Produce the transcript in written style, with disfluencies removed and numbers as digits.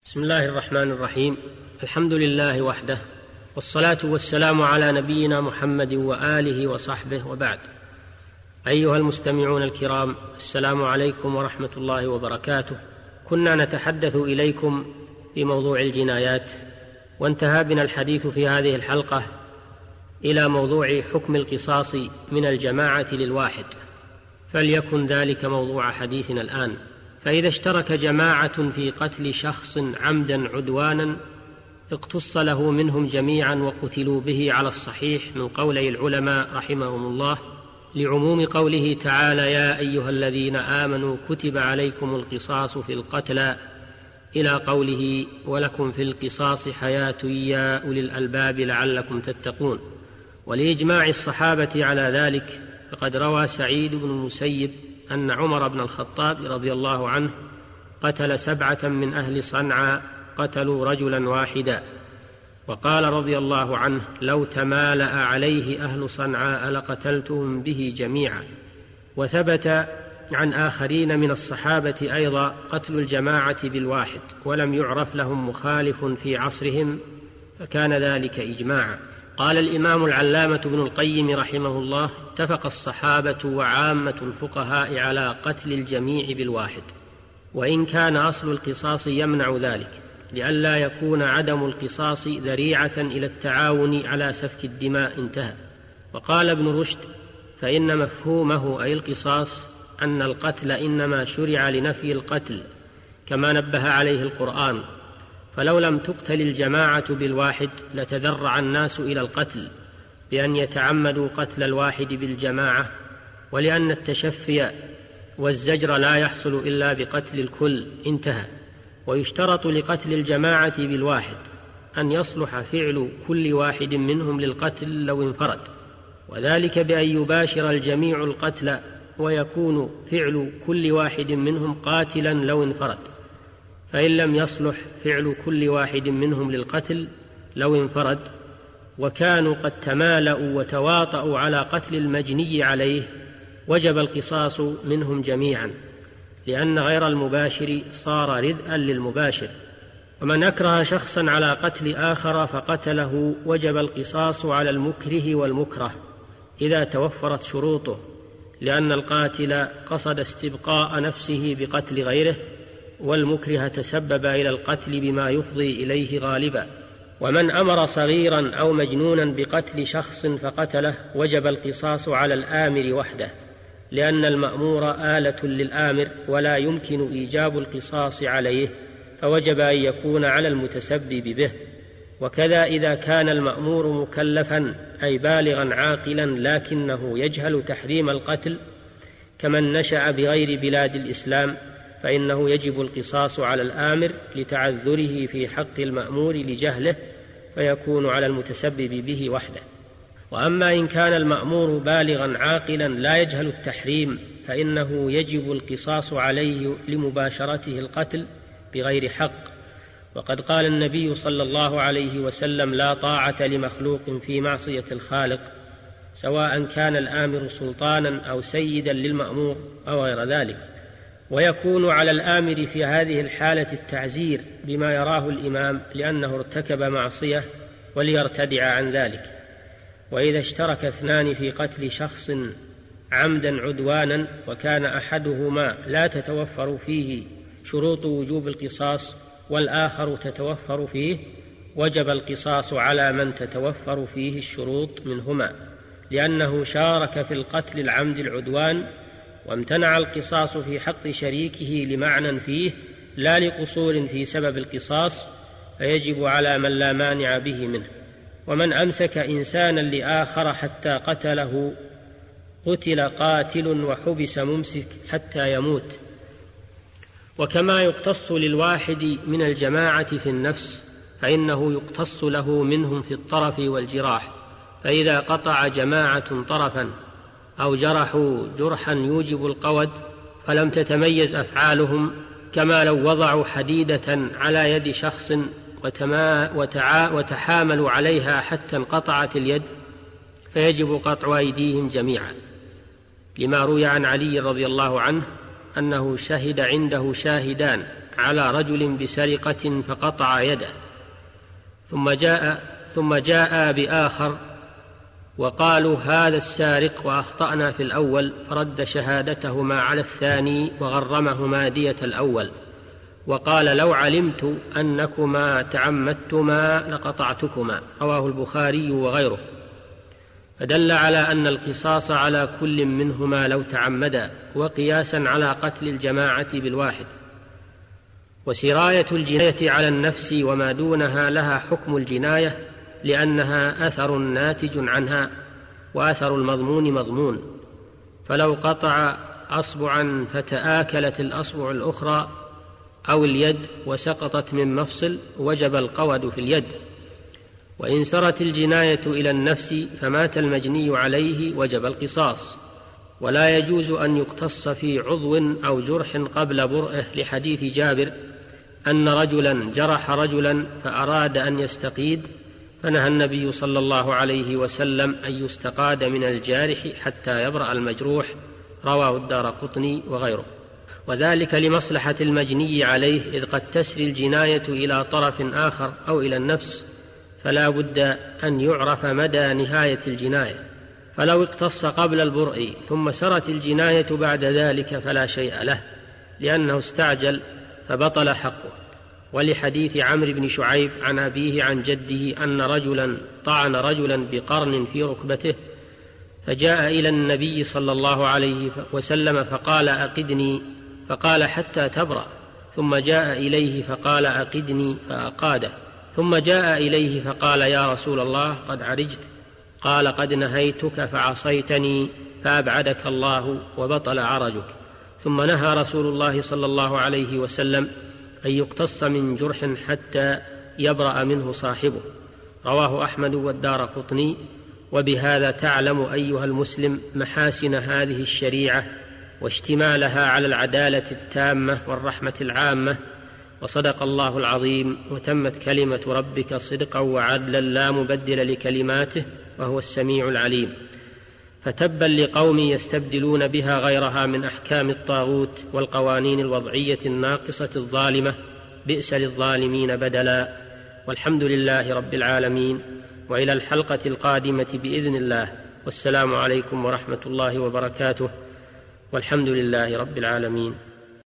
بسم الله الرحمن الرحيم. الحمد لله وحده، والصلاة والسلام على نبينا محمد وآله وصحبه، وبعد. أيها المستمعون الكرام، السلام عليكم ورحمة الله وبركاته. كنا نتحدث إليكم في موضوع الجنايات، وانتهى بنا الحديث في هذه الحلقة إلى موضوع حكم القصاص من الجماعة للواحد، فليكن ذلك موضوع حديثنا الآن. فإذا اشترك جماعة في قتل شخص عمدا عدوانا اقتص له منهم جميعا وقتلوا به على الصحيح من قولي العلماء رحمهم الله، لعموم قوله تعالى: يا أيها الذين آمنوا كتب عليكم القصاص في القتلى، إلى قوله: ولكم في القصاص حياة يا أولي الألباب لعلكم تتقون. ولإجماع الصحابة على ذلك، فقد روى سعيد بن المسيب أن عمر بن الخطاب رضي الله عنه قتل 7 من أهل صنعاء قتلوا رجلا واحدا، وقال رضي الله عنه: لو تمالأ عليه أهل صنعاء لقتلتهم به جميعا. وثبت عن آخرين من الصحابة أيضا قتل الجماعة بالواحد، ولم يعرف لهم مخالف في عصرهم، فكان ذلك إجماعا. قال الإمام العلامة ابن القيم رحمه الله: اتفق الصحابة وعامة الفقهاء على قتل الجميع بالواحد، وإن كان أصل القصاص يمنع ذلك، لئلا يكون عدم القصاص ذريعة إلى التعاون على سفك الدماء. انتهى. وقال ابن رشد: فإن مفهومه أي القصاص أن القتل إنما شرع لنفي القتل، كما نبه عليه القرآن، فلو لم تقتل الجماعة بالواحد لتذرع الناس إلى القتل بأن يتعمدوا قتل الواحد بالجماعة، ولأن التشفي والزجر لا يحصل إلا بقتل الكل. انتهى. ويشترط لقتل الجماعة بالواحد أن يصلح فعل كل واحد منهم للقتل لو انفرد، وذلك بأن يباشر الجميع القتل، ويكون فعل كل واحد منهم قاتلا لو انفرد. فإن لم يصلح فعل كل واحد منهم للقتل لو انفرد، وكانوا قد تمالأوا وتواطؤوا على قتل المجني عليه، وجب القصاص منهم جميعا، لأن غير المباشر صار ردءا للمباشر. ومن أكره شخصا على قتل آخر فقتله وجب القصاص على المكره والمكره إذا توفرت شروطه، لأن القاتل قصد استبقاء نفسه بقتل غيره، والمكره تسبب إلى القتل بما يفضي إليه غالبا. ومن أمر صغيرا أو مجنونا بقتل شخص فقتله وجب القصاص على الآمر وحده، لأن المأمور آلة للآمر، ولا يمكن إيجاب القصاص عليه، فوجب أن يكون على المتسبب به. وكذا إذا كان المأمور مكلفا أي بالغا عاقلا لكنه يجهل تحريم القتل، كمن نشأ بغير بلاد الإسلام، فإنه يجب القصاص على الآمر لتعذره في حق المأمور لجهله، فيكون على المتسبب به وحده. وأما إن كان المأمور بالغا عاقلا لا يجهل التحريم، فإنه يجب القصاص عليه لمباشرته القتل بغير حق. وقد قال النبي صلى الله عليه وسلم: لا طاعة لمخلوق في معصية الخالق، سواء كان الآمر سلطانا أو سيدا للمأمور أو غير ذلك. ويكون على الآمر في هذه الحالة التعزير بما يراه الإمام، لأنه ارتكب معصية وليرتدع عن ذلك. وإذا اشترك 2 في قتل شخص عمدا عدوانا، وكان أحدهما لا تتوفر فيه شروط وجوب القصاص والآخر تتوفر فيه، وجب القصاص على من تتوفر فيه الشروط منهما، لأنه شارك في القتل العمد العدوان، وامتنع القصاص في حق شريكه لمعنى فيه لا لقصور في سبب القصاص، فيجب على من لا مانع به منه. ومن أمسك إنسانا لآخر حتى قتله قتل قاتل وحبس ممسك حتى يموت. وكما يقتص للواحد من الجماعة في النفس، فإنه يقتص له منهم في الطرف والجراح، فإذا قطع جماعة طرفا أو جرحوا جرحا يوجب القود فلم تتميز أفعالهم، كما لو وضعوا حديدة على يد شخص وتحاملوا عليها حتى انقطعت اليد، فيجب قطع أيديهم جميعا، لما روي عن علي رضي الله عنه أنه شهد عنده شاهدان على رجل بسرقة فقطع يده، ثم جاء بآخر وقالوا هذا السارق وأخطأنا في الأول، فرد شهادتهما على الثاني وغرمهما دية الأول، وقال لو علمت أنكما تعمدتما لقطعتكما. رواه البخاري وغيره. فدل على أن القصاص على كل منهما لو تعمدا، وقياسا على قتل الجماعة بالواحد. وسراية الجناية على النفس وما دونها لها حكم الجناية، لأنها أثر ناتج عنها، وأثر المضمون مضمون. فلو قطع أصبعا فتآكلت الأصبع الأخرى أو اليد وسقطت من مفصل وجب القود في اليد. وإن سرت الجناية إلى النفس فمات المجني عليه وجب القصاص. ولا يجوز أن يقتص في عضو أو جرح قبل برئه، لحديث جابر أن رجلا جرح رجلا فأراد أن يستقيد، فنهى النبي صلى الله عليه وسلم أن يستقاد من الجارح حتى يبرأ المجروح. رواه الدارقطني وغيره. وذلك لمصلحة المجني عليه، إذ قد تسري الجناية إلى طرف آخر أو إلى النفس، فلا بد أن يعرف مدى نهاية الجناية. فلو اقتص قبل البرء ثم سرت الجناية بعد ذلك فلا شيء له، لأنه استعجل فبطل حقه. ولحديث عمرو بن شعيب عن أبيه عن جده أن رجلا طعن رجلا بقرن في ركبته، فجاء إلى النبي صلى الله عليه وسلم فقال أقدني، فقال حتى تبرأ. ثم جاء إليه فقال أقدني فأقاده. ثم جاء إليه فقال يا رسول الله قد عرجت. قال قد نهيتك فعصيتني فأبعدك الله وبطل عرجك. ثم نهى رسول الله صلى الله عليه وسلم أن يقتص من جرح حتى يبرأ منه صاحبه. رواه أحمد والدارقطني. وبهذا تعلم أيها المسلم محاسن هذه الشريعة واشتمالها على العدالة التامة والرحمة العامة. وصدق الله العظيم، وتمت كلمة ربك صدقا وعدلا لا مبدل لكلماته، وهو السميع العليم. فتبا لقوم يستبدلون بها غيرها من أحكام الطاغوت والقوانين الوضعية الناقصة الظالمة، بئس للظالمين بدلا. والحمد لله رب العالمين، وإلى الحلقة القادمة بإذن الله، والسلام عليكم ورحمة الله وبركاته، والحمد لله رب العالمين.